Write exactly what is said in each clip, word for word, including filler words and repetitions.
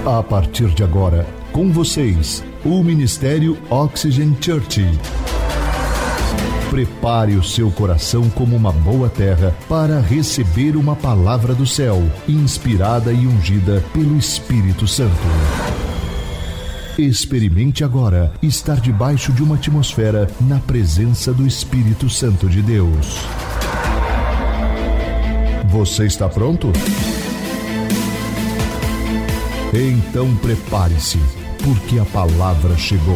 A partir de agora, com vocês, o Ministério Oxygen Church. Prepare o seu coração como uma boa terra para receber uma palavra do céu, inspirada e ungida pelo Espírito Santo. Experimente agora estar debaixo de uma atmosfera na presença do Espírito Santo de Deus. Você está pronto? Então prepare-se, porque a palavra chegou.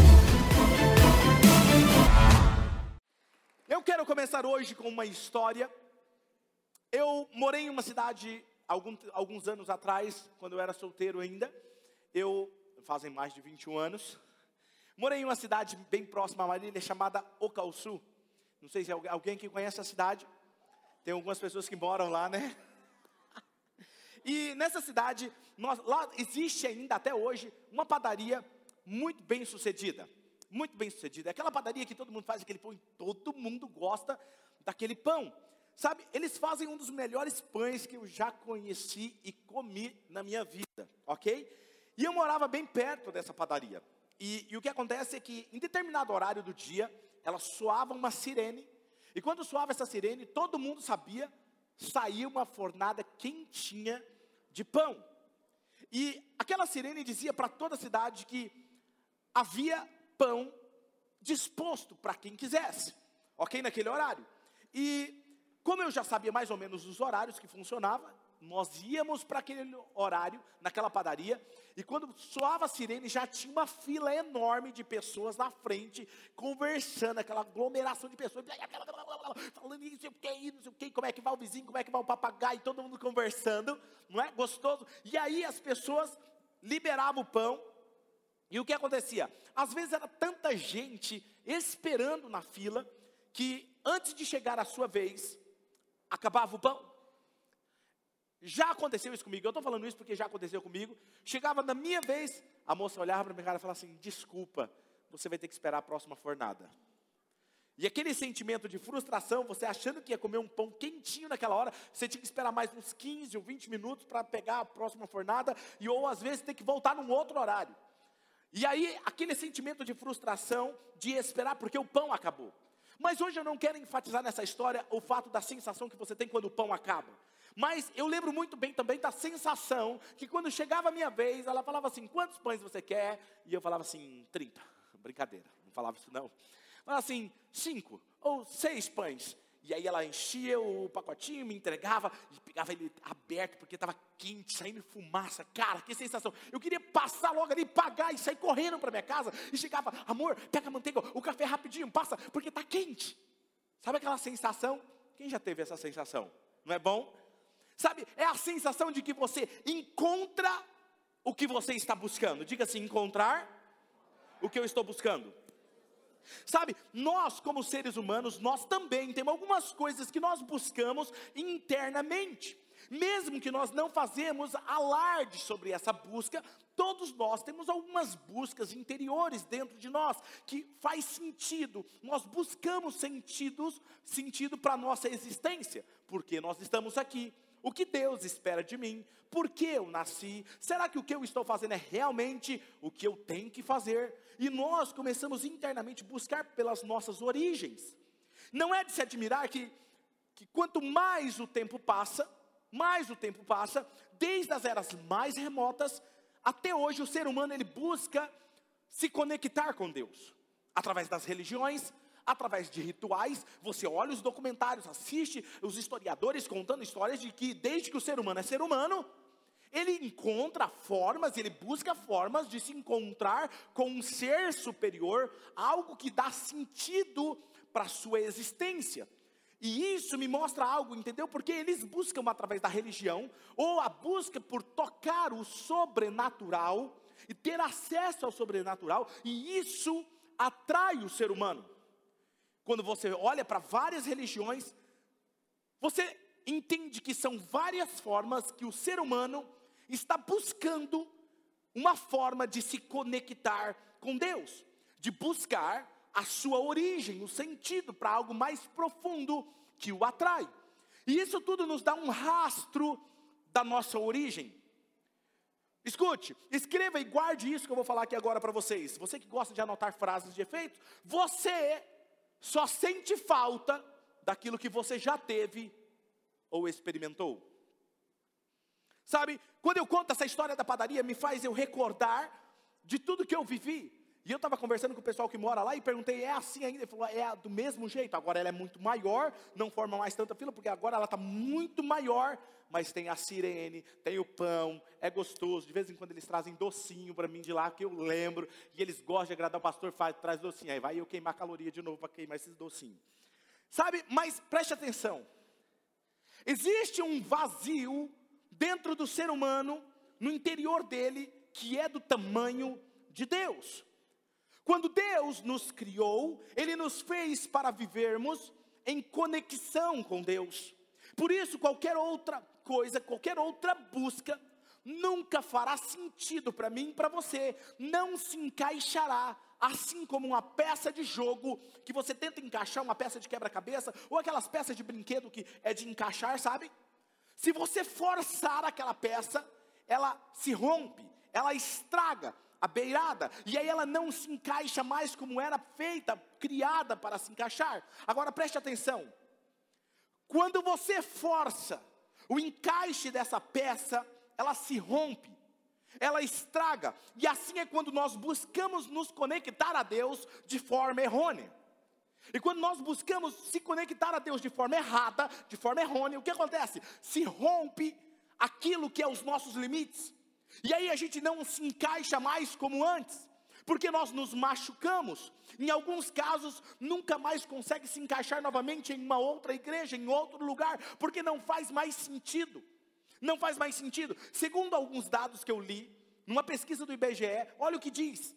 Eu quero começar hoje com uma história. Eu morei em uma cidade algum, alguns anos atrás, quando eu era solteiro ainda. Eu, fazem mais de vinte e um anos. Morei em uma cidade bem próxima a Marília, chamada Ocauçu. Não sei se é alguém que conhece a cidade. Tem algumas pessoas que moram lá, né? E nessa cidade, nós, lá existe ainda até hoje uma padaria muito bem sucedida. Muito bem sucedida. É aquela padaria que todo mundo faz aquele pão e todo mundo gosta daquele pão. Sabe, eles fazem um dos melhores pães que eu já conheci e comi na minha vida, ok? E eu morava bem perto dessa padaria. E, e o que acontece é que em determinado horário do dia, ela soava uma sirene. E quando soava essa sirene, todo mundo sabia, saía uma fornada quentinha de pão. E aquela sirene dizia para toda a cidade que havia pão disposto para quem quisesse, ok? Naquele horário. E como eu já sabia mais ou menos os horários que funcionava, nós íamos para aquele horário, naquela padaria, e quando soava a sirene, já tinha uma fila enorme de pessoas na frente, conversando, aquela aglomeração de pessoas, falando isso, não sei o que, não sei o que, como é que vai o vizinho, como é que vai o papagaio, todo mundo conversando, não é? Gostoso. E aí as pessoas liberavam o pão, e o que acontecia? Às vezes era tanta gente esperando na fila, que antes de chegar a sua vez, acabava o pão. Já aconteceu isso comigo, eu estou falando isso porque já aconteceu comigo. Chegava na minha vez, a moça olhava para minha cara e falava assim: desculpa, você vai ter que esperar a próxima fornada. E aquele sentimento de frustração, você achando que ia comer um pão quentinho naquela hora, você tinha que esperar mais uns quinze ou vinte minutos para pegar a próxima fornada, e ou às vezes ter que voltar num outro horário. E aí, aquele sentimento de frustração, de esperar porque o pão acabou. Mas hoje eu não quero enfatizar nessa história o fato da sensação que você tem quando o pão acaba. Mas eu lembro muito bem também da sensação que quando chegava a minha vez, ela falava assim: quantos pães você quer? E eu falava assim: trinta. Brincadeira, não falava isso não. Falava assim, cinco ou seis pães. E aí ela enchia o pacotinho, me entregava, e pegava ele aberto, porque estava quente, saindo fumaça. Cara, que sensação. Eu queria passar logo ali, pagar e sair correndo para minha casa. E chegava: amor, pega a manteiga, o café rapidinho, passa, porque está quente. Sabe aquela sensação? Quem já teve essa sensação? Não é bom? Sabe, é a sensação de que você encontra o que você está buscando. Diga assim: encontrar o que eu estou buscando. Sabe, nós como seres humanos, nós também temos algumas coisas que nós buscamos internamente. Mesmo que nós não fazemos alarde sobre essa busca, todos nós temos algumas buscas interiores dentro de nós, que faz sentido. Nós buscamos sentidos, sentido para a nossa existência. Porque nós estamos aqui. O que Deus espera de mim? Por que eu nasci? Será que o que eu estou fazendo é realmente o que eu tenho que fazer? E nós começamos internamente a buscar pelas nossas origens. Não é de se admirar que, que quanto mais o tempo passa, mais o tempo passa, desde as eras mais remotas, até hoje o ser humano ele busca se conectar com Deus. Através das religiões, através de rituais. Você olha os documentários, assiste os historiadores contando histórias de que desde que o ser humano é ser humano, ele encontra formas, ele busca formas de se encontrar com um ser superior, algo que dá sentido para a sua existência. E isso me mostra algo, entendeu? Porque eles buscam através da religião, ou a busca por tocar o sobrenatural, e ter acesso ao sobrenatural, e isso atrai o ser humano. Quando você olha para várias religiões, você entende que são várias formas que o ser humano está buscando uma forma de se conectar com Deus, de buscar a sua origem, o sentido para algo mais profundo que o atrai. E isso tudo nos dá um rastro da nossa origem. Escute, escreva e guarde isso que eu vou falar aqui agora para vocês. Você que gosta de anotar frases de efeito, você só sente falta daquilo que você já teve ou experimentou. Sabe, quando eu conto essa história da padaria, me faz eu recordar de tudo que eu vivi. E eu estava conversando com o pessoal que mora lá e perguntei, é assim ainda? Ele falou, é do mesmo jeito. Agora ela é muito maior, não forma mais tanta fila, porque agora ela está muito maior. Mas tem a sirene, tem o pão, é gostoso. De vez em quando eles trazem docinho para mim de lá, que eu lembro. E eles gostam de agradar o pastor, faz, traz docinho. Aí vai eu queimar caloria de novo para queimar esses docinhos. Sabe, mas preste atenção. Existe um vazio dentro do ser humano, no interior dele, que é do tamanho de Deus. Quando Deus nos criou, Ele nos fez para vivermos em conexão com Deus. Por isso, qualquer outra coisa, qualquer outra busca, nunca fará sentido para mim e para você. Não se encaixará, assim como uma peça de jogo, que você tenta encaixar, uma peça de quebra-cabeça, ou aquelas peças de brinquedo que é de encaixar, sabe? Se você forçar aquela peça, ela se rompe, ela estraga a beirada, e aí ela não se encaixa mais como era feita, criada para se encaixar. Agora preste atenção, quando você força o encaixe dessa peça, ela se rompe, ela estraga, e assim é quando nós buscamos nos conectar a Deus de forma errônea. E quando nós buscamos se conectar a Deus de forma errada, de forma errônea, o que acontece? Se rompe aquilo que é os nossos limites. E aí a gente não se encaixa mais como antes, porque nós nos machucamos. Em alguns casos, nunca mais consegue se encaixar novamente em uma outra igreja, em outro lugar, porque não faz mais sentido. Não faz mais sentido. Segundo alguns dados que eu li, numa pesquisa do I B G E, olha o que diz.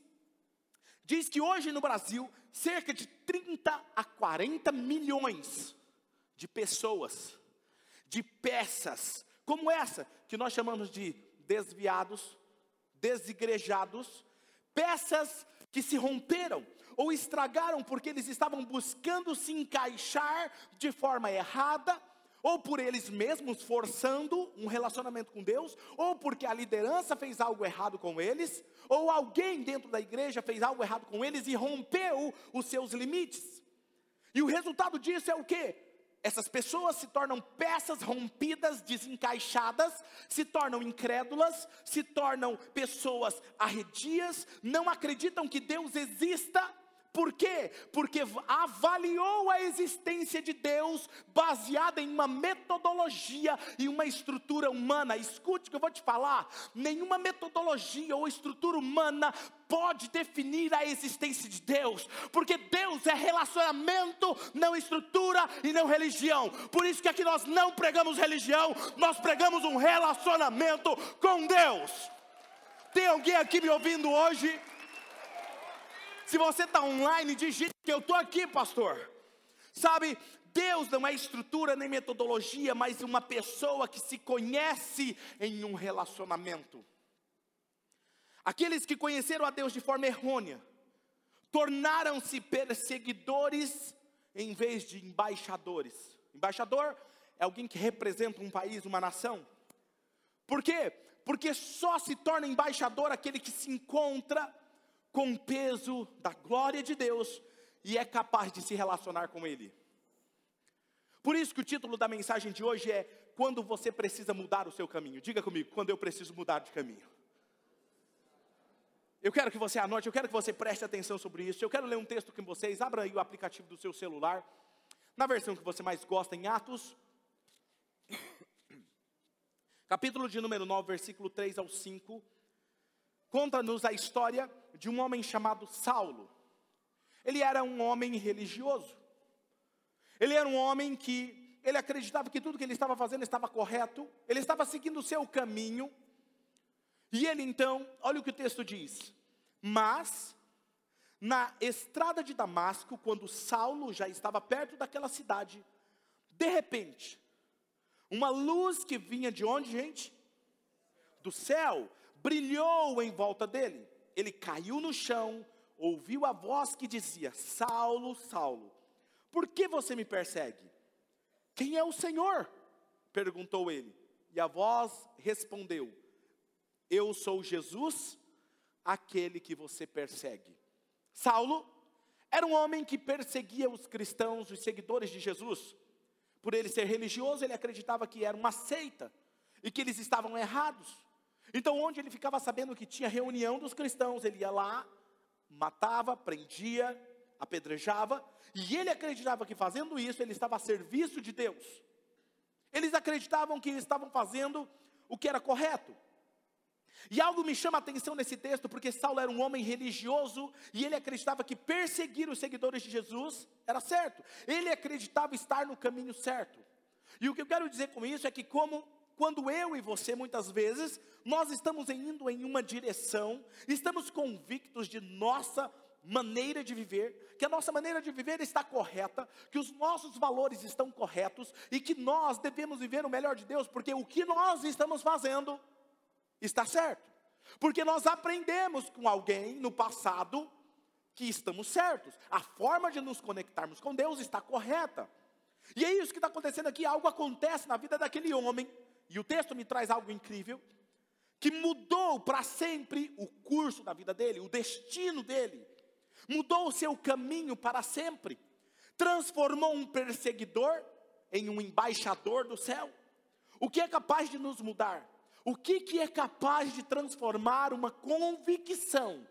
Diz que hoje no Brasil, cerca de trinta a quarenta milhões de pessoas, de peças, como essa, que nós chamamos de desviados, desigrejados, peças que se romperam ou estragaram porque eles estavam buscando se encaixar de forma errada, ou por eles mesmos forçando um relacionamento com Deus, ou porque a liderança fez algo errado com eles, ou alguém dentro da igreja fez algo errado com eles e rompeu os seus limites. E o resultado disso é o quê? Essas pessoas se tornam peças rompidas, desencaixadas, se tornam incrédulas, se tornam pessoas arredias, não acreditam que Deus exista. Por quê? Porque avaliou a existência de Deus baseada em uma metodologia e uma estrutura humana. Escute o que eu vou te falar, nenhuma metodologia ou estrutura humana pode definir a existência de Deus, porque Deus é relacionamento, não estrutura e não religião. Por isso que aqui nós não pregamos religião, nós pregamos um relacionamento com Deus. Tem alguém aqui me ouvindo hoje? Se você está online, digite que eu estou aqui, pastor. Sabe, Deus não é estrutura nem metodologia, mas uma pessoa que se conhece em um relacionamento. Aqueles que conheceram a Deus de forma errônea, tornaram-se perseguidores em vez de embaixadores. Embaixador é alguém que representa um país, uma nação. Por quê? Porque só se torna embaixador aquele que se encontra com o peso da glória de Deus e é capaz de se relacionar com Ele. Por isso que o título da mensagem de hoje é: quando você precisa mudar o seu caminho. Diga comigo, quando eu preciso mudar de caminho. Eu quero que você anote, eu quero que você preste atenção sobre isso. Eu quero ler um texto com vocês. Abra aí o aplicativo do seu celular, na versão que você mais gosta, em Atos capítulo de número nove, versículo três ao cinco. Conta-nos a história de um homem chamado Saulo. Ele era um homem religioso. Ele era um homem que, ele acreditava que tudo que ele estava fazendo estava correto. Ele estava seguindo o seu caminho. E ele então, olha o que o texto diz. Mas, na estrada de Damasco, quando Saulo já estava perto daquela cidade, de repente, uma luz que vinha de onde, gente? Do céu, brilhou em volta dele. Ele caiu no chão, ouviu a voz que dizia: Saulo, Saulo, por que você me persegue? Quem é o Senhor? Perguntou ele. E a voz respondeu: eu sou Jesus, aquele que você persegue. Saulo era um homem que perseguia os cristãos, os seguidores de Jesus. Por ele ser religioso, ele acreditava que era uma seita e que eles estavam errados. Então, onde ele ficava sabendo que tinha reunião dos cristãos, ele ia lá, matava, prendia, apedrejava, e ele acreditava que fazendo isso, ele estava a serviço de Deus. Eles acreditavam que estavam fazendo o que era correto. E algo me chama a atenção nesse texto, porque Saulo era um homem religioso, e ele acreditava que perseguir os seguidores de Jesus era certo. Ele acreditava estar no caminho certo. E o que eu quero dizer com isso é que como, quando eu e você, muitas vezes, nós estamos indo em uma direção, estamos convictos de nossa maneira de viver, que a nossa maneira de viver está correta, que os nossos valores estão corretos, e que nós devemos viver o melhor de Deus, porque o que nós estamos fazendo está certo, porque nós aprendemos com alguém no passado que estamos certos, a forma de nos conectarmos com Deus está correta, e é isso que está acontecendo aqui. Algo acontece na vida daquele homem, e o texto me traz algo incrível, que mudou para sempre o curso da vida dele, o destino dele, mudou o seu caminho para sempre, transformou um perseguidor em um embaixador do céu. O que é capaz de nos mudar? O que, que é capaz de transformar uma convicção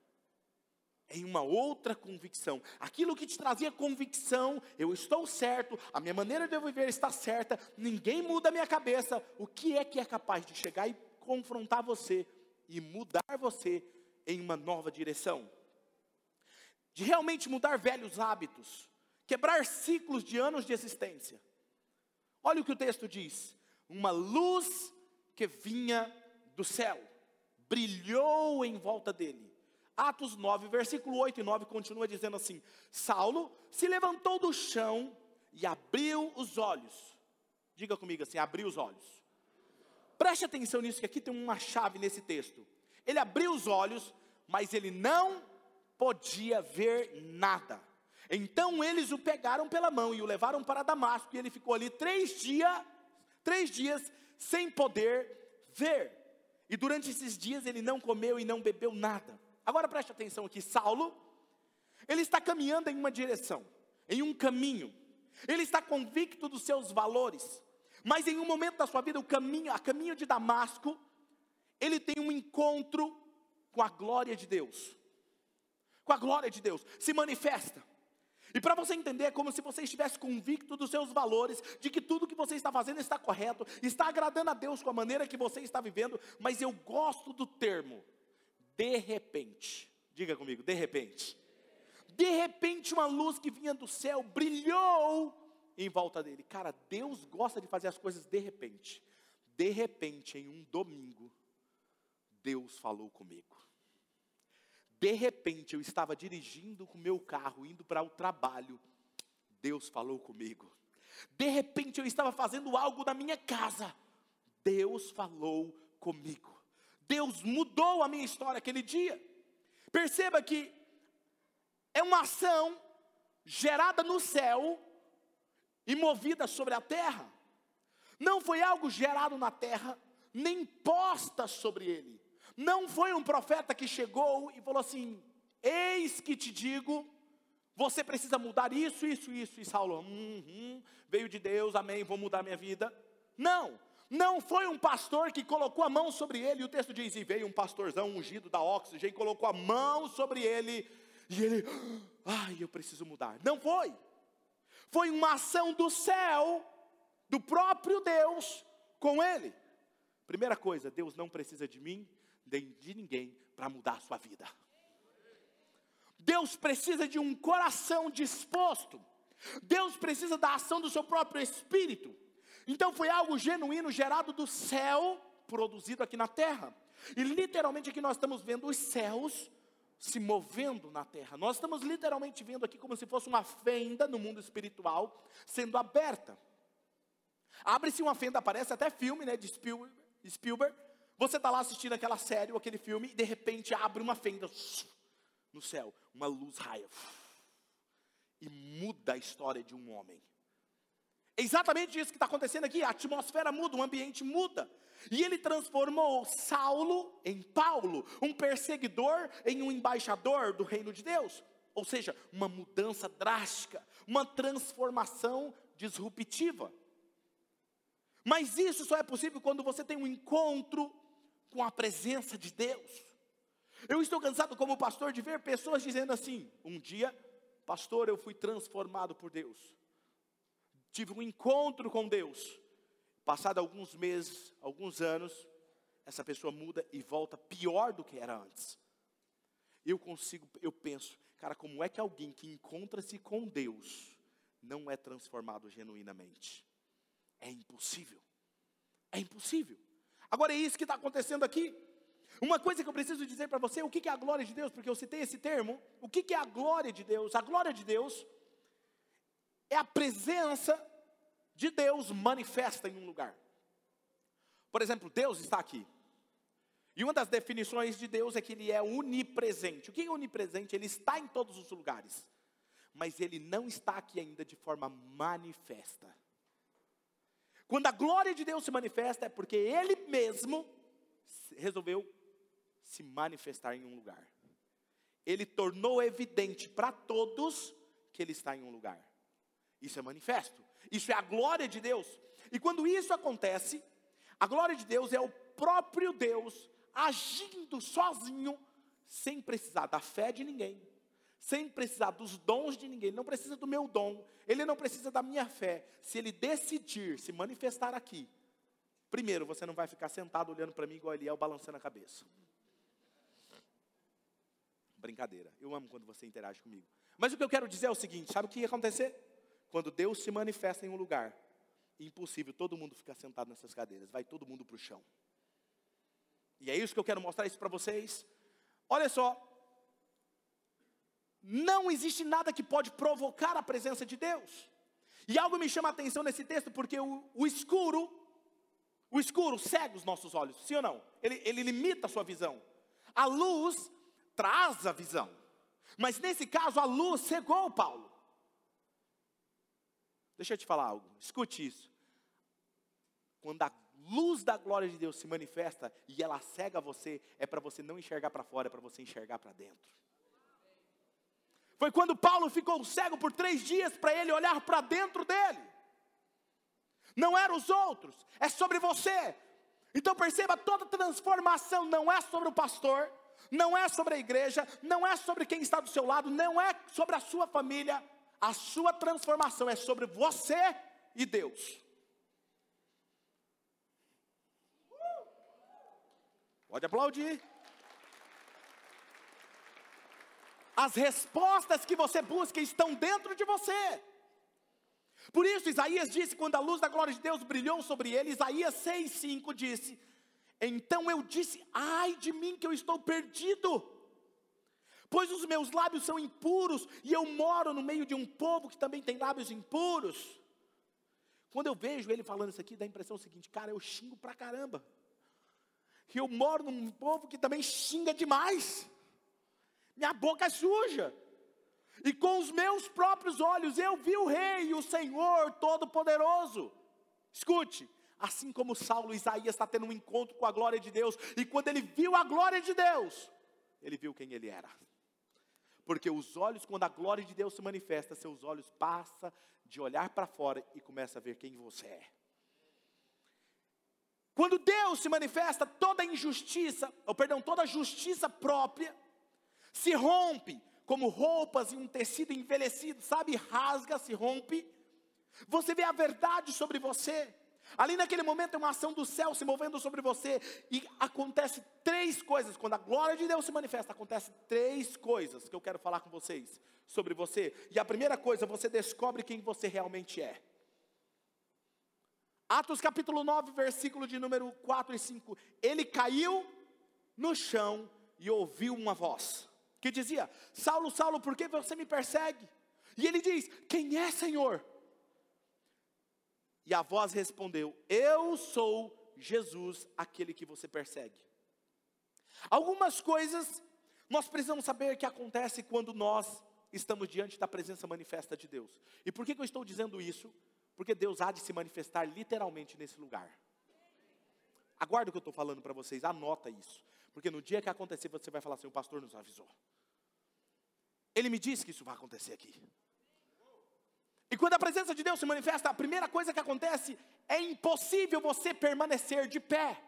em uma outra convicção? Aquilo que te trazia convicção, eu estou certo, a minha maneira de eu viver está certa, ninguém muda a minha cabeça. O que é que é capaz de chegar e confrontar você e mudar você em uma nova direção? De realmente mudar velhos hábitos, quebrar ciclos de anos de existência. Olha o que o texto diz: uma luz que vinha do céu, brilhou em volta dele. Atos nove, versículo oito e nove continua dizendo assim: Saulo se levantou do chão e abriu os olhos. Diga comigo assim: abriu os olhos. Preste atenção nisso, que aqui tem uma chave nesse texto. Ele abriu os olhos, mas ele não podia ver nada. Então eles o pegaram pela mão e o levaram para Damasco, e ele ficou ali três dias, três dias sem poder ver. E durante esses dias ele não comeu e não bebeu nada. Agora preste atenção aqui. Saulo, ele está caminhando em uma direção, em um caminho. Ele está convicto dos seus valores. Mas em um momento da sua vida, o caminho, a caminho de Damasco, ele tem um encontro com a glória de Deus. Com a glória de Deus, se manifesta. E para você entender, é como se você estivesse convicto dos seus valores, de que tudo que você está fazendo está correto, está agradando a Deus com a maneira que você está vivendo. Mas eu gosto do termo, de repente. Diga comigo, de repente. De repente uma luz que vinha do céu brilhou em volta dele. Cara, Deus gosta de fazer as coisas de repente. De repente, em um domingo, Deus falou comigo. De repente, eu estava dirigindo com o meu carro, indo para o trabalho. Deus falou comigo. De repente, eu estava fazendo algo na minha casa. Deus falou comigo. Deus mudou a minha história aquele dia. Perceba que é uma ação gerada no céu e movida sobre a terra. Não foi algo gerado na terra, nem posta sobre ele. Não foi um profeta que chegou e falou assim: eis que te digo, você precisa mudar isso, isso, isso. E Saulo, hum, hum, veio de Deus, amém, vou mudar minha vida. Não, não foi um pastor que colocou a mão sobre ele. E o texto diz, e veio um pastorzão ungido da Oxygen, colocou a mão sobre ele. E ele, ai, eu preciso mudar. Não foi. Foi uma ação do céu, do próprio Deus, com ele. Primeira coisa, Deus não precisa de mim, nem de ninguém para mudar a sua vida. Deus precisa de um coração disposto. Deus precisa da ação do seu próprio espírito. Então foi algo genuíno, gerado do céu, produzido aqui na terra. E literalmente aqui nós estamos vendo os céus se movendo na terra. Nós estamos literalmente vendo aqui como se fosse uma fenda no mundo espiritual sendo aberta. Abre-se uma fenda, aparece até filme, né, de Spielberg. Spielberg. Você está lá assistindo aquela série ou aquele filme e de repente abre uma fenda no céu, uma luz raia e muda a história de um homem. É exatamente isso que está acontecendo aqui. A atmosfera muda, o ambiente muda. E ele transformou Saulo em Paulo, um perseguidor em um embaixador do reino de Deus. Ou seja, uma mudança drástica, uma transformação disruptiva. Mas isso só é possível quando você tem um encontro com a presença de Deus. Eu estou cansado como pastor de ver pessoas dizendo assim: um dia, pastor, eu fui transformado por Deus. Tive um encontro com Deus. Passado alguns meses, alguns anos, essa pessoa muda e volta pior do que era antes. Eu consigo, eu penso, cara, como é que alguém que encontra-se com Deus não é transformado genuinamente? É impossível. É impossível. Agora é isso que está acontecendo aqui. Uma coisa que eu preciso dizer para você, o que é a glória de Deus? Porque eu citei esse termo. O que é a glória de Deus? A glória de Deus é a presença de Deus manifesta em um lugar. Por exemplo, Deus está aqui. E uma das definições de Deus é que Ele é onipresente. O que é onipresente? Ele está em todos os lugares. Mas Ele não está aqui ainda de forma manifesta. Quando a glória de Deus se manifesta, é porque Ele mesmo resolveu se manifestar em um lugar. Ele tornou evidente para todos que Ele está em um lugar. Isso é manifesto. Isso é a glória de Deus. E quando isso acontece, a glória de Deus é o próprio Deus agindo sozinho, sem precisar da fé de ninguém, sem precisar dos dons de ninguém. Ele não precisa do meu dom, Ele não precisa da minha fé. Se Ele decidir se manifestar aqui, primeiro, você não vai ficar sentado olhando para mim igual Eliel, balançando a cabeça. Brincadeira, eu amo quando você interage comigo. Mas o que eu quero dizer é o seguinte, sabe o que ia acontecer? Quando Deus se manifesta em um lugar, impossível todo mundo ficar sentado nessas cadeiras, vai todo mundo para o chão. E é isso que eu quero mostrar isso para vocês. Olha só, não existe nada que pode provocar a presença de Deus. E algo me chama a atenção nesse texto, porque o, o escuro, o escuro cega os nossos olhos, sim ou não? Ele, ele limita a sua visão. A luz traz a visão. Mas nesse caso a luz cegou Paulo. Deixa eu te falar algo, escute isso. Quando a luz da glória de Deus se manifesta e ela cega você, é para você não enxergar para fora, é para você enxergar para dentro. Foi quando Paulo ficou cego por três dias para ele olhar para dentro dele. Não eram os outros, é sobre você. Então perceba, toda transformação não é sobre o pastor, não é sobre a igreja, não é sobre quem está do seu lado, não é sobre a sua família. A sua transformação é sobre você e Deus. Pode aplaudir. As respostas que você busca estão dentro de você. Por isso Isaías disse, quando a luz da glória de Deus brilhou sobre ele, Isaías seis, cinco disse: então eu disse, ai de mim que eu estou perdido, pois os meus lábios são impuros, e eu moro no meio de um povo que também tem lábios impuros. Quando eu vejo ele falando isso aqui, dá a impressão seguinte, cara, eu xingo pra caramba. Que eu moro num povo que também xinga demais. Minha boca é suja. E com os meus próprios olhos eu vi o Rei, o Senhor Todo-Poderoso. Escute, assim como Saulo, Isaías está tendo um encontro com a glória de Deus. E quando ele viu a glória de Deus, ele viu quem ele era. Porque os olhos, quando a glória de Deus se manifesta, seus olhos passam de olhar para fora e começam a ver quem você é. Quando Deus se manifesta, toda injustiça, ou perdão, toda justiça própria, se rompe, como roupas em um tecido envelhecido, sabe, rasga, se rompe. Você vê a verdade sobre você. Ali naquele momento é uma ação do céu se movendo sobre você. E acontece três coisas. Quando a glória de Deus se manifesta, acontece três coisas que eu quero falar com vocês sobre você. E a primeira coisa, você descobre quem você realmente é. Atos capítulo nove, versículo de número quatro e cinco. Ele caiu no chão e ouviu uma voz que dizia: Saulo, Saulo, por que você me persegue? E ele diz: quem é, Senhor? E a voz respondeu: eu sou Jesus, aquele que você persegue. Algumas coisas nós precisamos saber que acontece quando nós estamos diante da presença manifesta de Deus. E por que que eu estou dizendo isso? Porque Deus há de se manifestar literalmente nesse lugar. Aguarda o que eu estou falando para vocês, anota isso. Porque no dia que acontecer, você vai falar assim, o pastor nos avisou. Ele me disse que isso vai acontecer aqui. E quando a presença de Deus se manifesta, a primeira coisa que acontece, é impossível você permanecer de pé.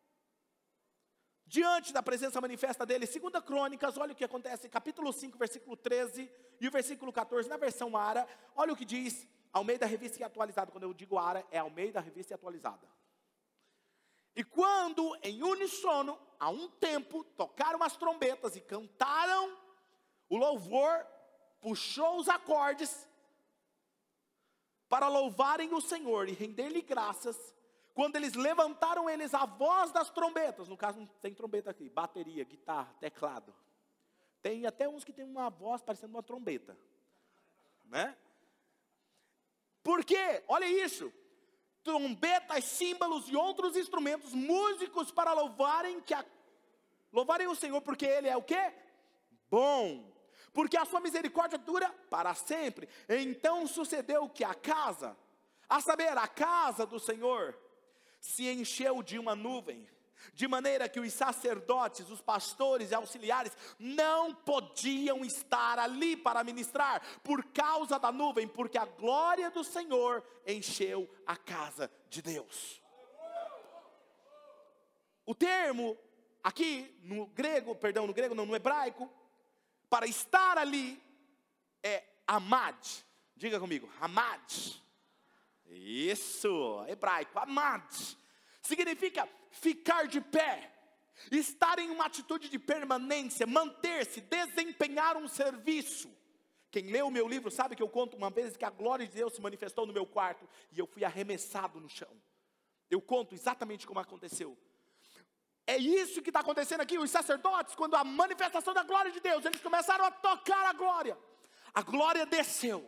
Diante da presença manifesta dele. Segunda Crônicas, olha o que acontece, capítulo cinco, versículo treze e o versículo catorze, na versão Ara, olha o que diz, Almeida Revista e Atualizada. Quando eu digo Ara, é Almeida Revista e Atualizada. E quando em uníssono, a um tempo, tocaram as trombetas e cantaram o louvor, puxou os acordes, para louvarem o Senhor e render-lhe graças, quando eles levantaram eles a voz das trombetas, no caso não tem trombeta aqui, bateria, guitarra, teclado, tem até uns que tem uma voz parecendo uma trombeta, né? Por quê? Olha isso, trombetas, símbolos e outros instrumentos, músicos para louvarem, que a, louvarem o Senhor, porque Ele é o quê? Bom, porque a sua misericórdia dura para sempre. Então sucedeu que a casa, a saber, a casa do Senhor, se encheu de uma nuvem, de maneira que os sacerdotes, os pastores e auxiliares não podiam estar ali para ministrar, por causa da nuvem, porque a glória do Senhor encheu a casa de Deus. O termo aqui no grego, perdão, no grego não, no hebraico, para estar ali é amad. Diga comigo, amad. Isso, hebraico, amad. Significa ficar de pé, estar em uma atitude de permanência, manter-se, desempenhar um serviço. Quem leu o meu livro sabe que eu conto uma vez que a glória de Deus se manifestou no meu quarto e eu fui arremessado no chão. Eu conto exatamente como aconteceu. É isso que está acontecendo aqui. Os sacerdotes, quando a manifestação da glória de Deus, eles começaram a tocar a glória. A glória desceu.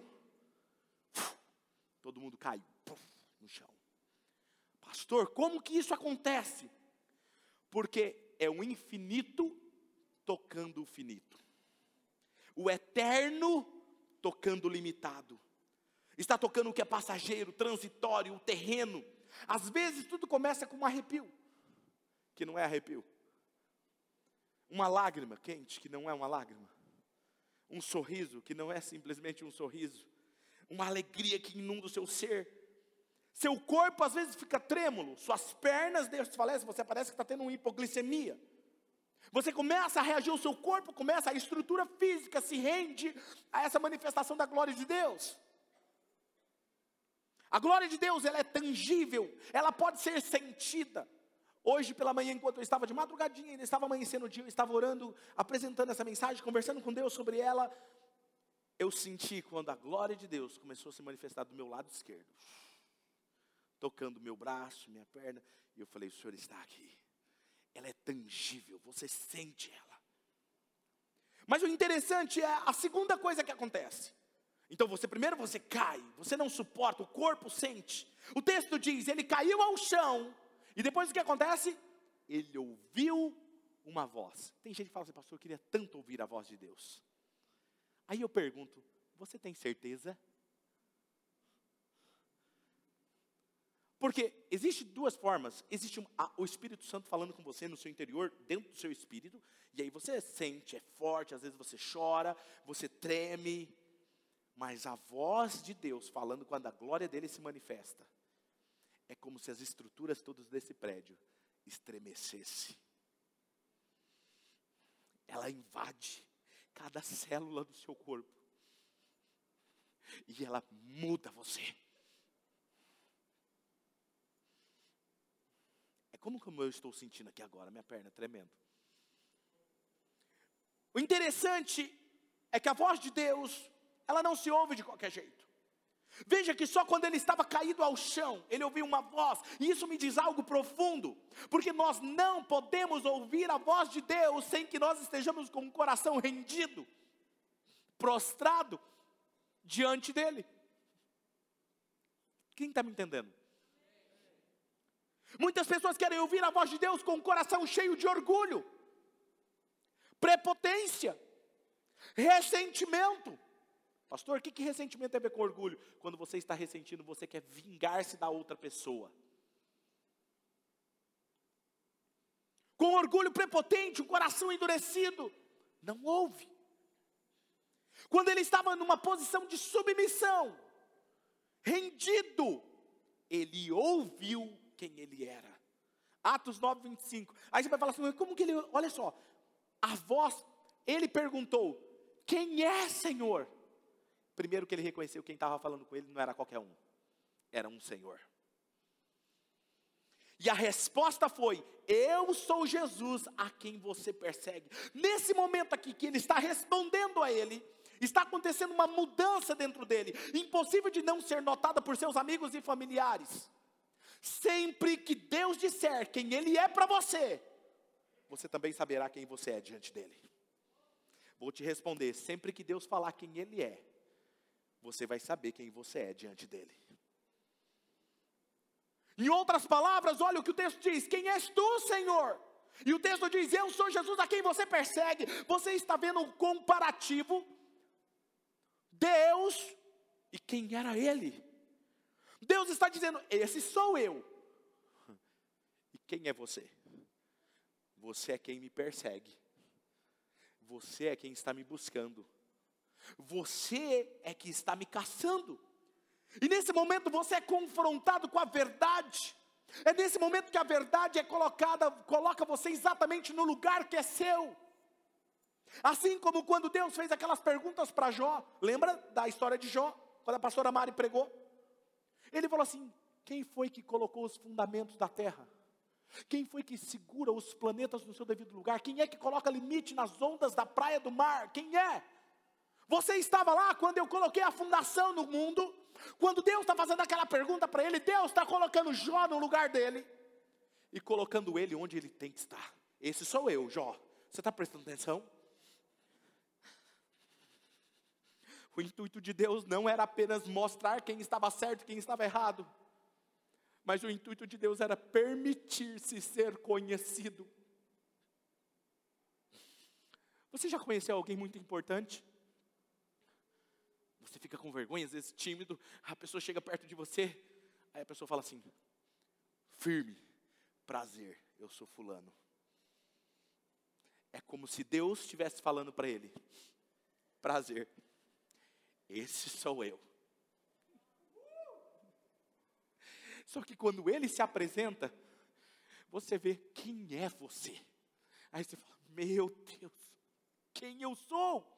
Todo mundo caiu no chão. Pastor, como que isso acontece? Porque é o infinito tocando o finito. O eterno tocando o limitado. Está tocando o que é passageiro, transitório, o terreno. Às vezes tudo começa com um arrepio, que não é arrepio. Uma lágrima quente, que não é uma lágrima. Um sorriso, que não é simplesmente um sorriso. Uma alegria que inunda o seu ser. Seu corpo às vezes fica trêmulo. Suas pernas desfalecem, você parece que está tendo uma hipoglicemia. Você começa a reagir, o seu corpo começa, a estrutura física se rende a essa manifestação da glória de Deus. A glória de Deus, ela é tangível, ela pode ser sentida. Hoje pela manhã, enquanto eu estava de madrugadinha, ainda estava amanhecendo o dia, eu estava orando, apresentando essa mensagem, conversando com Deus sobre ela. Eu senti quando a glória de Deus começou a se manifestar do meu lado esquerdo, tocando meu braço, minha perna, e eu falei, o Senhor está aqui. Ela é tangível, você sente ela. Mas o interessante é a segunda coisa que acontece. Então você primeiro você cai, você não suporta, o corpo sente. O texto diz, ele caiu ao chão, e depois o que acontece? Ele ouviu uma voz. Tem gente que fala assim, pastor, eu queria tanto ouvir a voz de Deus. Aí eu pergunto, você tem certeza? Porque existem duas formas. Existe um, a, o Espírito Santo falando com você no seu interior, dentro do seu espírito. E aí você sente, é forte, às vezes você chora, você treme. Mas a voz de Deus falando quando a glória dele se manifesta, é como se as estruturas todas desse prédio estremecessem. Ela invade cada célula do seu corpo. E ela muda você. É como, como eu estou sentindo aqui agora, minha perna tremendo. O interessante é que a voz de Deus, ela não se ouve de qualquer jeito. Veja que só quando ele estava caído ao chão, ele ouviu uma voz. E isso me diz algo profundo. Porque nós não podemos ouvir a voz de Deus sem que nós estejamos com o coração rendido, prostrado diante dele. Quem está me entendendo? Muitas pessoas querem ouvir a voz de Deus com o coração cheio de orgulho, prepotência, ressentimento. Pastor, o que, que ressentimento tem a ver com orgulho? Quando você está ressentindo, você quer vingar-se da outra pessoa. Com orgulho prepotente, um coração endurecido, não ouve. Quando ele estava numa posição de submissão, rendido, ele ouviu quem ele era. Atos nove, vinte e cinco. Aí você vai falar assim, como que ele, olha só, a voz, ele perguntou, quem é, Senhor? Primeiro que ele reconheceu quem estava falando com ele não era qualquer um, era um Senhor. E a resposta foi, eu sou Jesus a quem você persegue. Nesse momento aqui que ele está respondendo a ele, está acontecendo uma mudança dentro dele, impossível de não ser notada por seus amigos e familiares. Sempre que Deus disser quem ele é para você, você também saberá quem você é diante dele. Vou te responder, sempre que Deus falar quem ele é, você vai saber quem você é diante dele. Em outras palavras, olha o que o texto diz, quem és tu, Senhor? E o texto diz, eu sou Jesus a quem você persegue. Você está vendo um comparativo, Deus e quem era ele. Deus está dizendo, esse sou eu. E quem é você? Você é quem me persegue. Você é quem está me buscando. Você é que está me caçando. E nesse momento você é confrontado com a verdade. É nesse momento que a verdade é colocada, coloca você exatamente no lugar que é seu. Assim como quando Deus fez aquelas perguntas para Jó. Lembra da história de Jó? Quando a pastora Mari pregou. Ele falou assim, quem foi que colocou os fundamentos da terra? Quem foi que segura os planetas no seu devido lugar? Quem é que coloca limite nas ondas da praia do mar? Quem é? Você estava lá quando eu coloquei a fundação no mundo, quando Deus está fazendo aquela pergunta para ele, Deus está colocando Jó no lugar dele, e colocando ele onde ele tem que estar. Esse sou eu, Jó. Você está prestando atenção? O intuito de Deus não era apenas mostrar quem estava certo e quem estava errado, mas o intuito de Deus era permitir-se ser conhecido. Você já conheceu alguém muito importante? Você fica com vergonha, às vezes tímido, a pessoa chega perto de você, aí a pessoa fala assim, firme, prazer, eu sou fulano. É como se Deus estivesse falando para ele, prazer, esse sou eu. Só que quando ele se apresenta, você vê quem é você. Aí você fala, meu Deus, quem eu sou?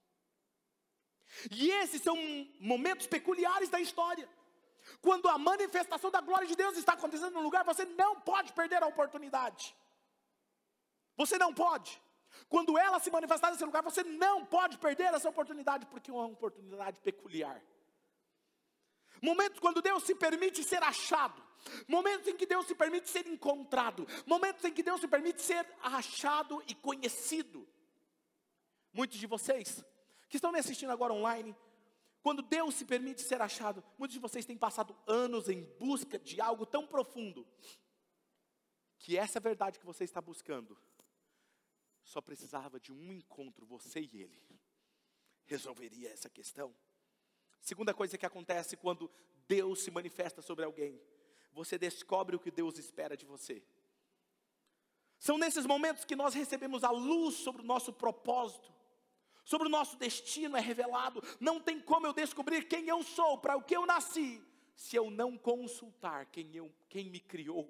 E esses são momentos peculiares da história. Quando a manifestação da glória de Deus está acontecendo no lugar, você não pode perder a oportunidade. Você não pode. Quando ela se manifestar nesse lugar, você não pode perder essa oportunidade, porque é uma oportunidade peculiar. Momentos quando Deus se permite ser achado. Momentos em que Deus se permite ser encontrado. Momentos em que Deus se permite ser achado e conhecido. Muitos de vocês que estão me assistindo agora online, quando Deus se permite ser achado, muitos de vocês têm passado anos em busca de algo tão profundo, que essa verdade que você está buscando, só precisava de um encontro, você e ele, resolveria essa questão. Segunda coisa que acontece quando Deus se manifesta sobre alguém, você descobre o que Deus espera de você. São nesses momentos que nós recebemos a luz sobre o nosso propósito, sobre o nosso destino é revelado. Não tem como eu descobrir quem eu sou, para o que eu nasci, se eu não consultar quem, eu, quem me criou.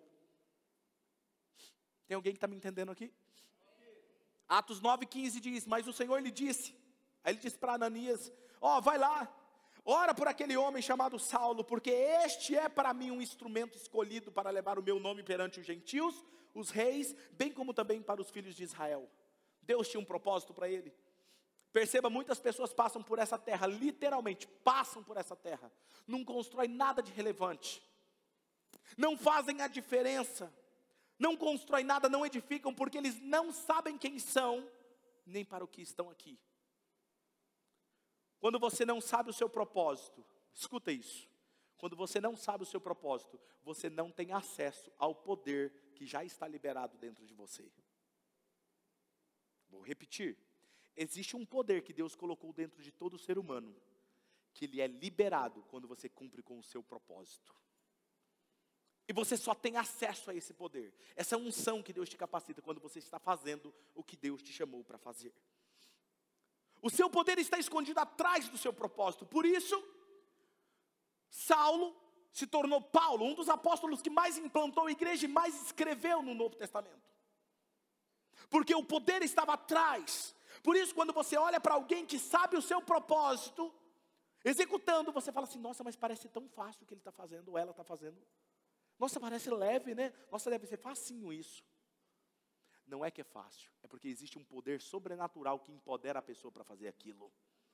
Tem alguém que está me entendendo aqui? Atos nove, quinze diz, mas o Senhor lhe disse, aí ele disse para Ananias, ó, oh, vai lá, ora por aquele homem chamado Saulo, porque este é para mim um instrumento escolhido para levar o meu nome perante os gentios, os reis, bem como também para os filhos de Israel. Deus tinha um propósito para ele. Perceba, muitas pessoas passam por essa terra, literalmente passam por essa terra, não constroem nada de relevante, não fazem a diferença, não constroem nada, não edificam, porque eles não sabem quem são, nem para o que estão aqui. Quando você não sabe o seu propósito, escuta isso, quando você não sabe o seu propósito, você não tem acesso ao poder que já está liberado dentro de você. Vou repetir. Existe um poder que Deus colocou dentro de todo ser humano, que ele é liberado quando você cumpre com o seu propósito. E você só tem acesso a esse poder. Essa unção que Deus te capacita quando você está fazendo o que Deus te chamou para fazer. O seu poder está escondido atrás do seu propósito. Por isso, Saulo se tornou Paulo, um dos apóstolos que mais implantou a igreja e mais escreveu no Novo Testamento. Porque o poder estava atrás. Por isso, quando você olha para alguém que sabe o seu propósito, executando, você fala assim, nossa, mas parece tão fácil o que ele está fazendo, ou ela está fazendo. Nossa, parece leve, né? Nossa, deve ser facinho isso. Não é que é fácil, é porque existe um poder sobrenatural que empodera a pessoa para fazer aquilo.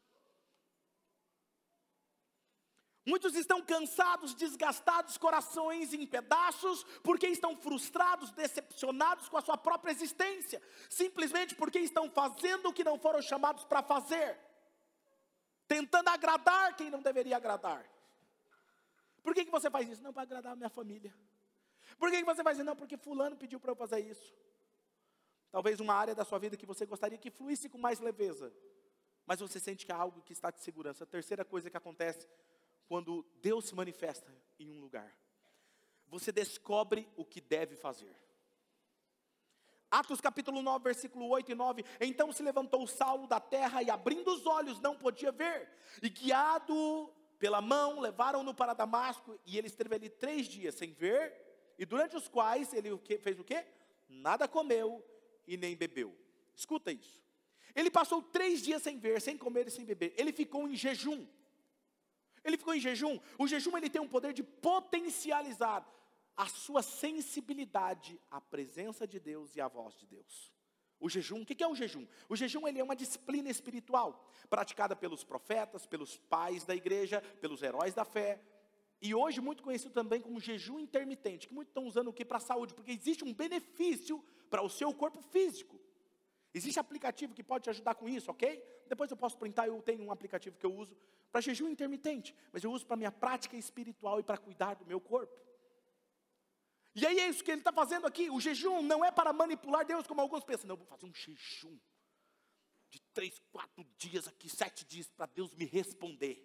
Muitos estão cansados, desgastados, corações em pedaços, porque estão frustrados, decepcionados com a sua própria existência, simplesmente porque estão fazendo o que não foram chamados para fazer, tentando agradar quem não deveria agradar. Por que que você faz isso? Não, para agradar a minha família. Por que que você faz isso? Não, porque fulano pediu para eu fazer isso. Talvez uma área da sua vida que você gostaria que fluísse com mais leveza, mas você sente que há algo que está de segurança. A terceira coisa que acontece quando Deus se manifesta em um lugar, você descobre o que deve fazer. Atos capítulo nove, versículo oito e nove. Então se levantou Saulo da terra e abrindo os olhos não podia ver. E guiado pela mão levaram-no para Damasco. E ele esteve ali três dias sem ver. E durante os quais ele fez o quê? Nada comeu e nem bebeu. Escuta isso. Ele passou três dias sem ver, sem comer e sem beber. Ele ficou em jejum. Ele ficou em jejum. O jejum ele tem um poder de potencializar a sua sensibilidade à presença de Deus e à voz de Deus. O jejum, o que é o jejum? O jejum ele é uma disciplina espiritual, praticada pelos profetas, pelos pais da igreja, pelos heróis da fé. E hoje muito conhecido também como jejum intermitente, que muitos estão usando o que para a saúde, porque existe um benefício para o seu corpo físico. Existe aplicativo que pode te ajudar com isso, ok? Depois eu posso printar, eu tenho um aplicativo que eu uso para jejum intermitente, mas eu uso para minha prática espiritual e para cuidar do meu corpo. E aí é isso que ele está fazendo aqui. O jejum não é para manipular Deus, como alguns pensam. Não, eu vou fazer um jejum de três, quatro dias aqui, sete dias, para Deus me responder.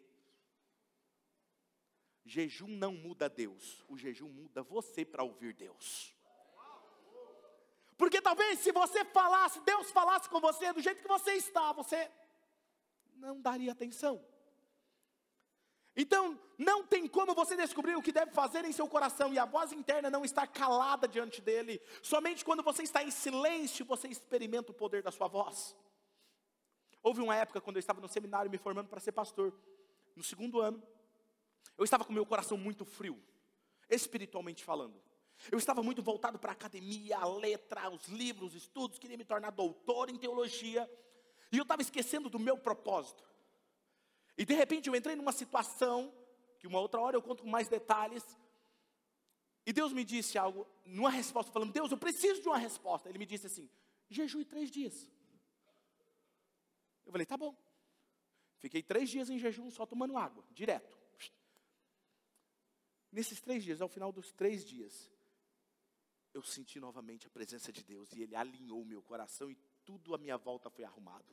Jejum não muda Deus, o jejum muda você para ouvir Deus. Porque talvez se você falasse, Deus falasse com você do jeito que você está, você não daria atenção. Então, não tem como você descobrir o que deve fazer em seu coração e a voz interna não estar calada diante dele. Somente quando você está em silêncio, você experimenta o poder da sua voz. Houve uma época quando eu estava no seminário me formando para ser pastor. No segundo ano, eu estava com meu coração muito frio, espiritualmente falando. Eu estava muito voltado para a academia, a letra, os livros, os estudos, queria me tornar doutor em teologia. E eu estava esquecendo do meu propósito. E de repente eu entrei numa situação, que uma outra hora eu conto com mais detalhes. E Deus me disse algo, numa resposta, falando, Deus, eu preciso de uma resposta. Ele me disse assim, jejue três dias. Eu falei, tá bom. Fiquei três dias em jejum, só tomando água, direto. Nesses três dias, ao final dos três dias, eu senti novamente a presença de Deus. E Ele alinhou o meu coração e tudo à minha volta foi arrumado.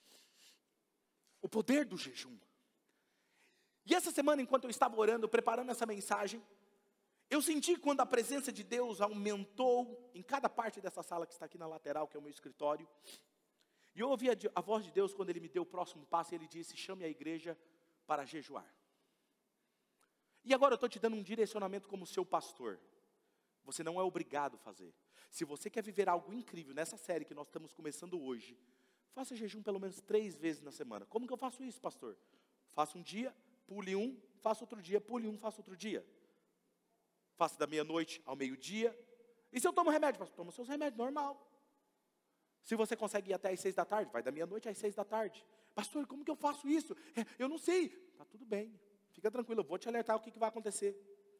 O poder do jejum. E essa semana, enquanto eu estava orando, preparando essa mensagem, eu senti quando a presença de Deus aumentou em cada parte dessa sala que está aqui na lateral, que é o meu escritório. E eu ouvi a, a voz de Deus quando Ele me deu o próximo passo, e Ele disse, chame a igreja para jejuar. E agora eu estou te dando um direcionamento como seu pastor. Você não é obrigado a fazer. Se você quer viver algo incrível nessa série que nós estamos começando hoje, faça jejum pelo menos três vezes na semana. Como que eu faço isso, pastor? Faça um dia, pule um, faça outro dia, pule um, faça outro dia. Faça da meia-noite ao meio-dia. E se eu tomo remédio? Pastor, toma seus remédios, normal. Se você consegue ir até às seis da tarde, vai da meia-noite às seis da tarde. Pastor, como que eu faço isso? É, eu não sei. Tá tudo bem. Fica tranquilo, eu vou te alertar o que, que vai acontecer.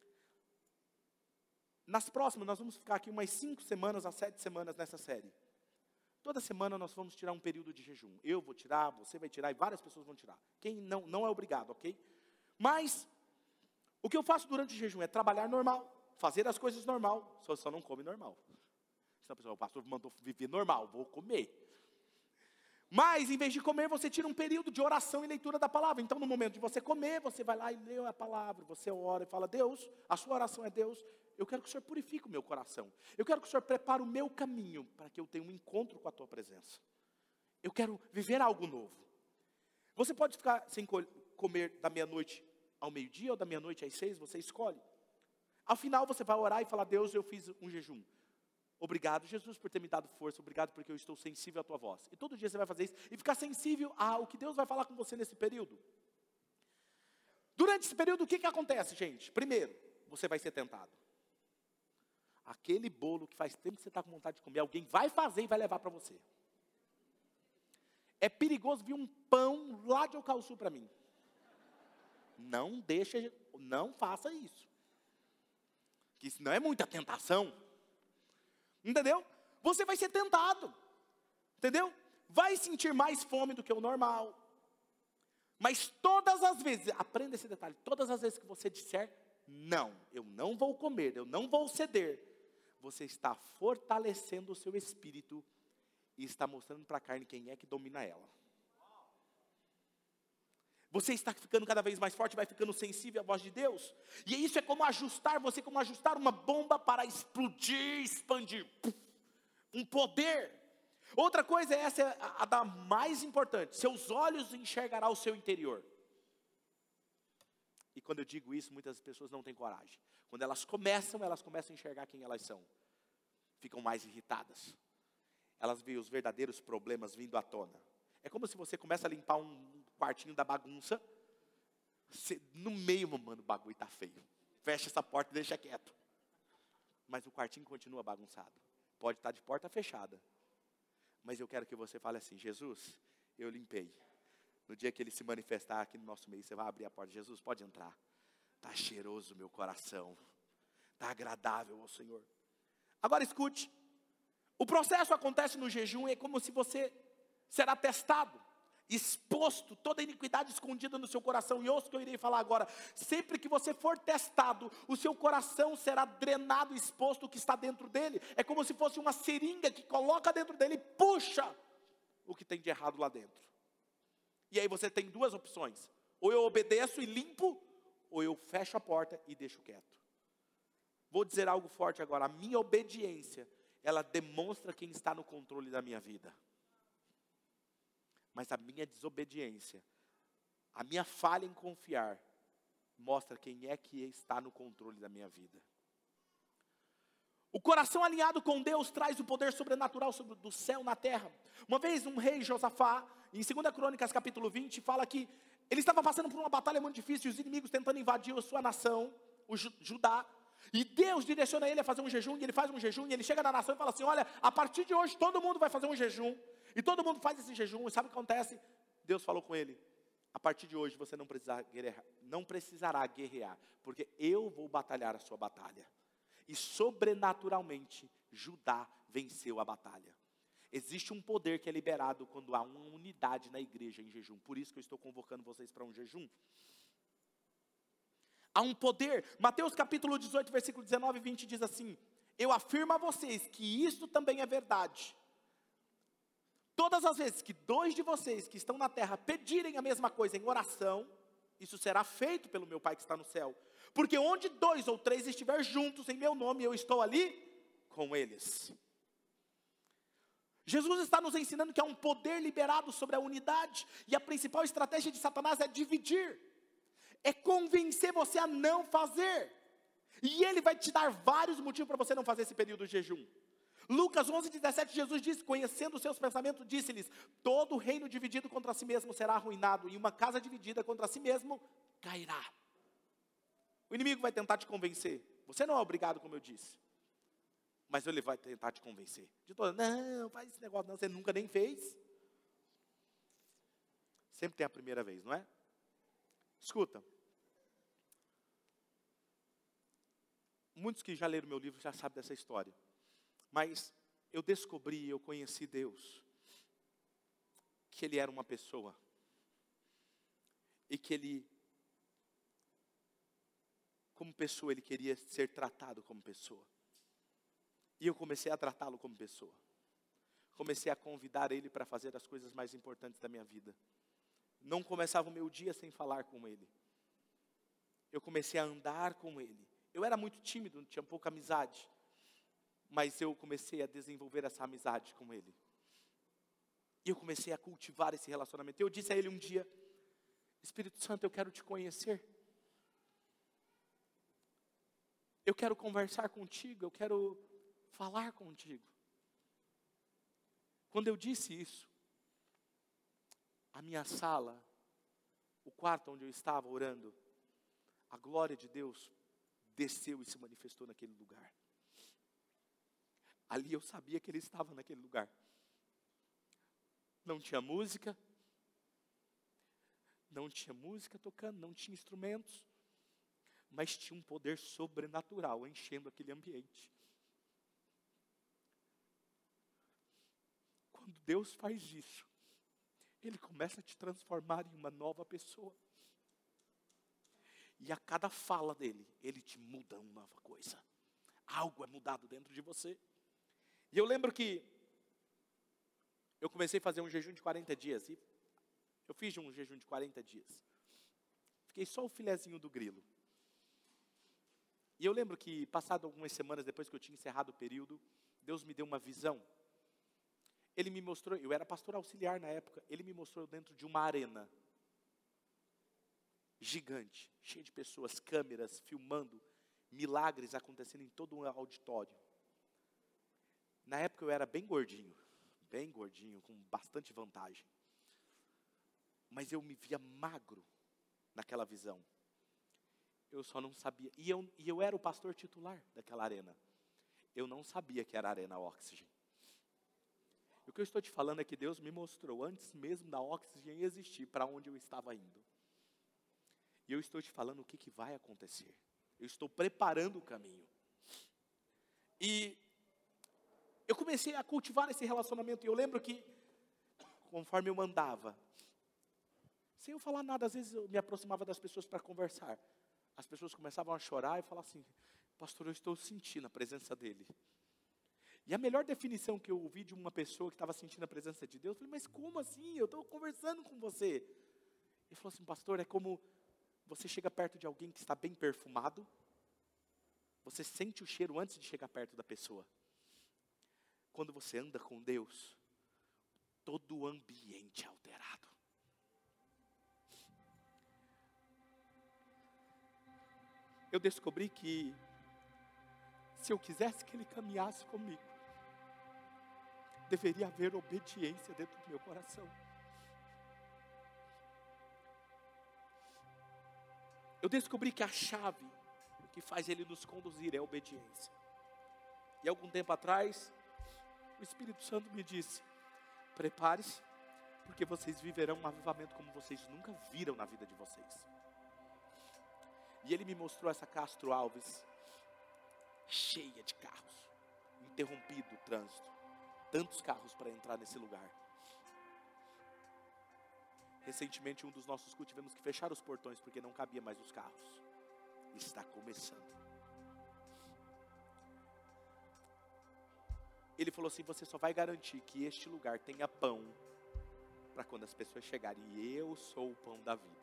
Nas próximas, nós vamos ficar aqui umas cinco semanas a sete semanas nessa série. Toda semana nós vamos tirar um período de jejum. Eu vou tirar, você vai tirar e várias pessoas vão tirar. Quem não, não é obrigado, ok? Mas, o que eu faço durante o jejum é trabalhar normal, fazer as coisas normal, só, só não come normal. Senão a pessoa, o pastor mandou viver normal, vou comer. Mas, em vez de comer, você tira um período de oração e leitura da palavra. Então, no momento de você comer, você vai lá e lê a palavra, você ora e fala, Deus, a sua oração é Deus, eu quero que o Senhor purifique o meu coração. Eu quero que o Senhor prepare o meu caminho para que eu tenha um encontro com a tua presença. Eu quero viver algo novo. Você pode ficar sem comer da meia-noite ao meio-dia ou da meia-noite às seis, você escolhe. Ao final, você vai orar e falar, Deus, eu fiz um jejum. Obrigado, Jesus, por ter me dado força. Obrigado porque eu estou sensível à tua voz. E todo dia você vai fazer isso e ficar sensível ao que Deus vai falar com você nesse período. Durante esse período, o que, que acontece, gente? Primeiro, você vai ser tentado. Aquele bolo que faz tempo que você está com vontade de comer, alguém vai fazer e vai levar para você. É perigoso vir um pão lá de Ocauçu para mim. Não deixa, não faça isso. Que isso não é muita tentação. Entendeu? Você vai ser tentado. Entendeu? Vai sentir mais fome do que o normal. Mas todas as vezes, aprenda esse detalhe, todas as vezes que você disser, não, eu não vou comer, eu não vou ceder, você está fortalecendo o seu espírito e está mostrando para a carne quem é que domina ela. Você está ficando cada vez mais forte, vai ficando sensível à voz de Deus. E isso é como ajustar, você como ajustar uma bomba para explodir, expandir. Um poder. Outra coisa, essa é a, a da mais importante. Seus olhos enxergarão o seu interior. E quando eu digo isso, muitas pessoas não têm coragem. Quando elas começam, elas começam a enxergar quem elas são. Ficam mais irritadas. Elas veem os verdadeiros problemas vindo à tona. É como se você começa a limpar um quartinho da bagunça. Você, no meio, mano, o bagulho está feio. Fecha essa porta e deixa quieto. Mas o quartinho continua bagunçado. Pode estar de porta fechada. Mas eu quero que você fale assim, Jesus, eu limpei. No dia que ele se manifestar aqui no nosso meio, você vai abrir a porta. Jesus, pode entrar. Está cheiroso o meu coração. Está agradável ao Senhor. Agora escute. O processo acontece no jejum, é como se você será testado, exposto, toda a iniquidade escondida no seu coração. E ouça o que eu irei falar agora. Sempre que você for testado, o seu coração será drenado, exposto o que está dentro dele. É como se fosse uma seringa que coloca dentro dele e puxa o que tem de errado lá dentro. E aí você tem duas opções. Ou eu obedeço e limpo, ou eu fecho a porta e deixo quieto. Vou dizer algo forte agora. A minha obediência, ela demonstra quem está no controle da minha vida. Mas a minha desobediência, a minha falha em confiar, mostra quem é que está no controle da minha vida. O coração alinhado com Deus traz o poder sobrenatural sobre, do céu na terra. Uma vez um rei, Josafá, em segunda Crônicas capítulo vinte, fala que ele estava passando por uma batalha muito difícil, os inimigos tentando invadir a sua nação, o Judá. E Deus direciona ele a fazer um jejum, e ele faz um jejum, e ele chega na nação e fala assim, olha, a partir de hoje todo mundo vai fazer um jejum. E todo mundo faz esse jejum, e sabe o que acontece? Deus falou com ele, a partir de hoje você não precisará guerrear, não precisará guerrear, porque eu vou batalhar a sua batalha. E sobrenaturalmente, Judá venceu a batalha. Existe um poder que é liberado quando há uma unidade na igreja em jejum. Por isso que eu estou convocando vocês para um jejum. Há um poder. Mateus capítulo dezoito, versículo dezenove e vinte diz assim, eu afirmo a vocês que isso também é verdade. Todas as vezes que dois de vocês que estão na terra pedirem a mesma coisa em oração, isso será feito pelo meu Pai que está no céu. Porque onde dois ou três estiver juntos em meu nome, eu estou ali com eles. Jesus está nos ensinando que há um poder liberado sobre a unidade. E a principal estratégia de Satanás é dividir. É convencer você a não fazer. E ele vai te dar vários motivos para você não fazer esse período de jejum. Lucas onze, dezessete, Jesus disse, conhecendo os seus pensamentos, disse-lhes, todo reino dividido contra si mesmo será arruinado, e uma casa dividida contra si mesmo cairá. O inimigo vai tentar te convencer. Você não é obrigado, como eu disse. Mas ele vai tentar te convencer. De toda, não, faz esse negócio não, você nunca nem fez. Sempre tem a primeira vez, não é? Escuta. Muitos que já leram meu livro já sabem dessa história. Mas eu descobri, eu conheci Deus, que Ele era uma pessoa, e que Ele, como pessoa, Ele queria ser tratado como pessoa, e eu comecei a tratá-lo como pessoa. comecei a convidar ele para fazer as coisas mais importantes da minha vida. Não começava o meu dia sem falar com ele. Eu comecei a andar com ele. Eu era muito tímido, tinha pouca amizade. Mas eu comecei a desenvolver essa amizade com ele. E eu comecei a cultivar esse relacionamento. Eu disse a ele um dia: Espírito Santo, eu quero te conhecer. Eu quero conversar contigo, eu quero falar contigo. Quando eu disse isso, a minha sala, o quarto onde eu estava orando, a glória de Deus desceu e se manifestou naquele lugar. Ali eu sabia que ele estava naquele lugar. Não tinha música, não tinha música tocando, não tinha instrumentos, mas tinha um poder sobrenatural enchendo aquele ambiente. Quando Deus faz isso, Ele começa a te transformar em uma nova pessoa. E a cada fala dele, Ele te muda uma nova coisa. Algo é mudado dentro de você. E eu lembro que eu comecei a fazer um jejum de quarenta dias. E eu fiz um jejum de quarenta dias. Fiquei só o filezinho do grilo. E eu lembro que, passado algumas semanas depois que eu tinha encerrado o período, Deus me deu uma visão. Ele me mostrou, eu era pastor auxiliar na época, Ele me mostrou dentro de uma arena gigante, cheia de pessoas, câmeras, filmando, milagres acontecendo em todo um auditório. Na época eu era bem gordinho, bem gordinho, com bastante vantagem. Mas eu me via magro naquela visão. Eu só não sabia, e eu, e eu era o pastor titular daquela arena. Eu não sabia que era a Arena Oxygen. O que eu estou te falando é que Deus me mostrou, antes mesmo da Oxygen existir, para onde eu estava indo. E eu estou te falando o que, que vai acontecer. Eu estou preparando o caminho. E eu comecei a cultivar esse relacionamento. E eu lembro que, conforme eu andava, sem eu falar nada, às vezes eu me aproximava das pessoas para conversar. As pessoas começavam a chorar e falar assim: pastor, eu estou sentindo a presença dele. E a melhor definição que eu ouvi de uma pessoa que estava sentindo a presença de Deus, eu falei: mas como assim? Eu estou conversando com você. Ele falou assim: pastor, é como você chega perto de alguém que está bem perfumado, você sente o cheiro antes de chegar perto da pessoa. Quando você anda com Deus, todo o ambiente é alterado. Eu descobri que, se eu quisesse que Ele caminhasse comigo, deveria haver obediência dentro do meu coração. Eu descobri que a chave que faz Ele nos conduzir é a obediência. E algum tempo atrás, o Espírito Santo me disse: prepare-se, porque vocês viverão um avivamento como vocês nunca viram na vida de vocês. E Ele me mostrou essa Castro Alves, cheia de carros, interrompido o trânsito, tantos carros para entrar nesse lugar. Recentemente, um dos nossos cultos, tivemos que fechar os portões, porque não cabia mais os carros. Está começando. Ele falou assim: você só vai garantir que este lugar tenha pão, para quando as pessoas chegarem, e eu sou o pão da vida.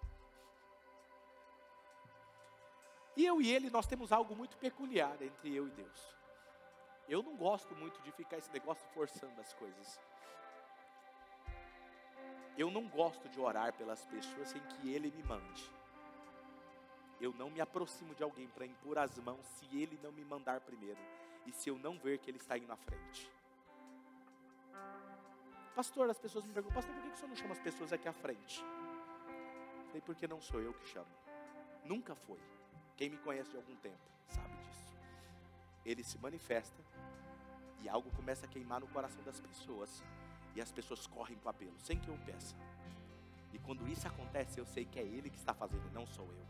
E eu e ele, nós temos algo muito peculiar entre eu e Deus. Eu não gosto muito de ficar esse negócio forçando as coisas. Eu não gosto de orar pelas pessoas sem que Ele me mande. Eu não me aproximo de alguém para impor as mãos se Ele não me mandar primeiro. E se eu não ver que Ele está indo à frente. Pastor, as pessoas me perguntam: pastor, por que o senhor não chama as pessoas aqui à frente? Eu falei: porque não sou eu que chamo. Nunca foi. Quem me conhece de algum tempo sabe disso. Ele se manifesta e algo começa a queimar no coração das pessoas. E as pessoas correm com o apelo, sem que eu peça. E quando isso acontece, eu sei que é Ele que está fazendo e não sou eu.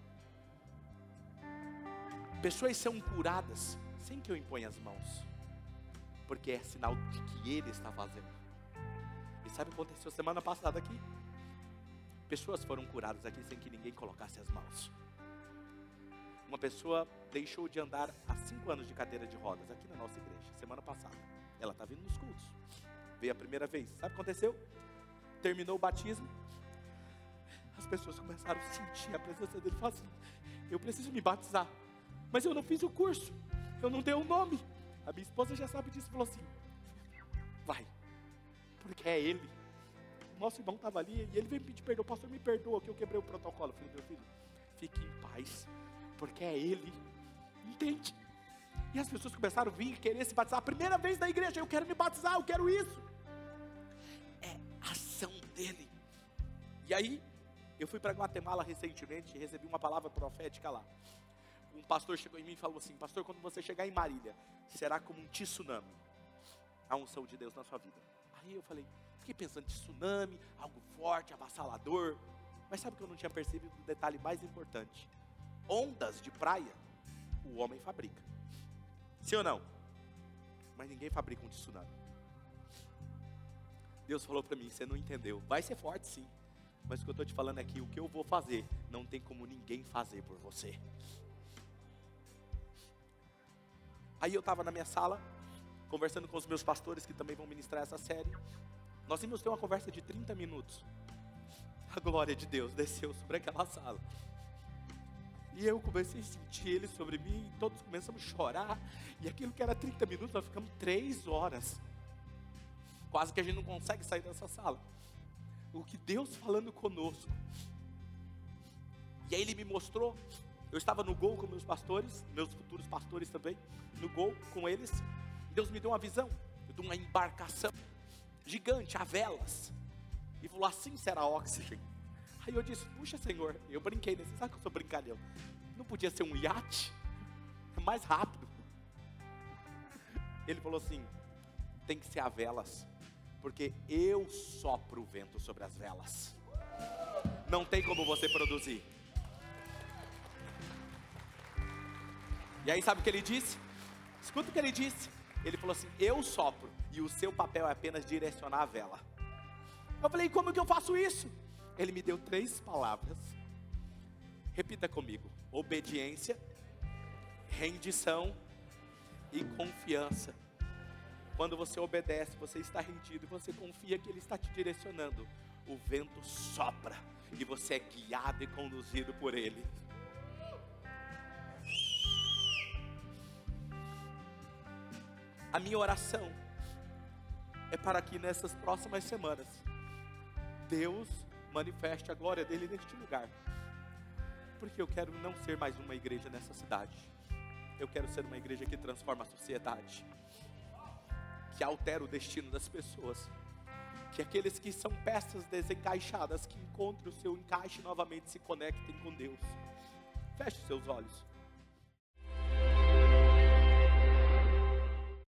Pessoas são curadas sem que eu imponha as mãos, porque é sinal de que Ele está fazendo. E sabe o que aconteceu semana passada aqui? Pessoas foram curadas aqui sem que ninguém colocasse as mãos. Uma pessoa deixou de andar há cinco anos de cadeira de rodas aqui na nossa igreja, semana passada. Ela está vindo nos cultos. Veio a primeira vez. Sabe o que aconteceu? Terminou o batismo. As pessoas começaram a sentir a presença dele. Falaram assim, eu preciso me batizar, mas eu não fiz o curso, eu não dei o nome. A minha esposa já sabe disso. Falou assim, vai, porque é ele. O nosso irmão estava ali e ele veio me pedir perdão. Pastor, me perdoa que eu quebrei o protocolo. Eu falei, meu filho, fique em paz, porque é ele. Entende? E as pessoas começaram a vir querer se batizar. A primeira vez na igreja, eu quero me batizar, eu quero isso. É a ação dele. E aí, eu fui para Guatemala recentemente e recebi uma palavra profética lá. Um pastor chegou em mim e falou assim, pastor, quando você chegar em Marília, será como um tsunami a unção de Deus na sua vida. Aí eu falei, fiquei pensando, tsunami, algo forte, avassalador. Mas sabe o que eu não tinha percebido? O detalhe mais importante. Ondas de praia, o homem fabrica. Sim ou não? Mas ninguém fabrica um tsunami. Deus falou para mim, você não entendeu. Vai ser forte sim. Mas o que eu estou te falando é que o que eu vou fazer, não tem como ninguém fazer por você. Aí eu estava na minha sala, conversando com os meus pastores que também vão ministrar essa série. Nós íamos ter uma conversa de trinta minutos. A glória de Deus desceu sobre aquela sala. E eu comecei a sentir ele sobre mim, e todos começamos a chorar. E aquilo que era trinta minutos, nós ficamos três horas. Quase que a gente não consegue sair dessa sala. O que Deus falando conosco. E aí ele me mostrou. Eu estava no Gol com meus pastores, meus futuros pastores também, no Gol com eles. Deus me deu uma visão de uma embarcação gigante, a velas. E falou, assim será oxigênio. Aí eu disse, puxa Senhor, eu brinquei nesse, sabe que eu sou brincalhão? Não podia ser um iate? É mais rápido. Ele falou assim, tem que ser a velas, porque eu sopro o vento sobre as velas. Não tem como você produzir. E aí sabe o que ele disse? Escuta o que ele disse. Ele falou assim, eu sopro, e o seu papel é apenas direcionar a vela. Eu falei, como que eu faço isso? Ele me deu três palavras. Repita comigo. Obediência, rendição e confiança. Quando você obedece, você está rendido e você confia que Ele está te direcionando. O vento sopra e você é guiado e conduzido por Ele. A minha oração é para que nessas próximas semanas Deus manifeste a glória dele neste lugar. Porque eu quero não ser mais uma igreja nessa cidade. Eu quero ser uma igreja que transforma a sociedade, que altera o destino das pessoas, que aqueles que são peças desencaixadas, que encontrem o seu encaixe novamente, se conectem com Deus. Feche os seus olhos.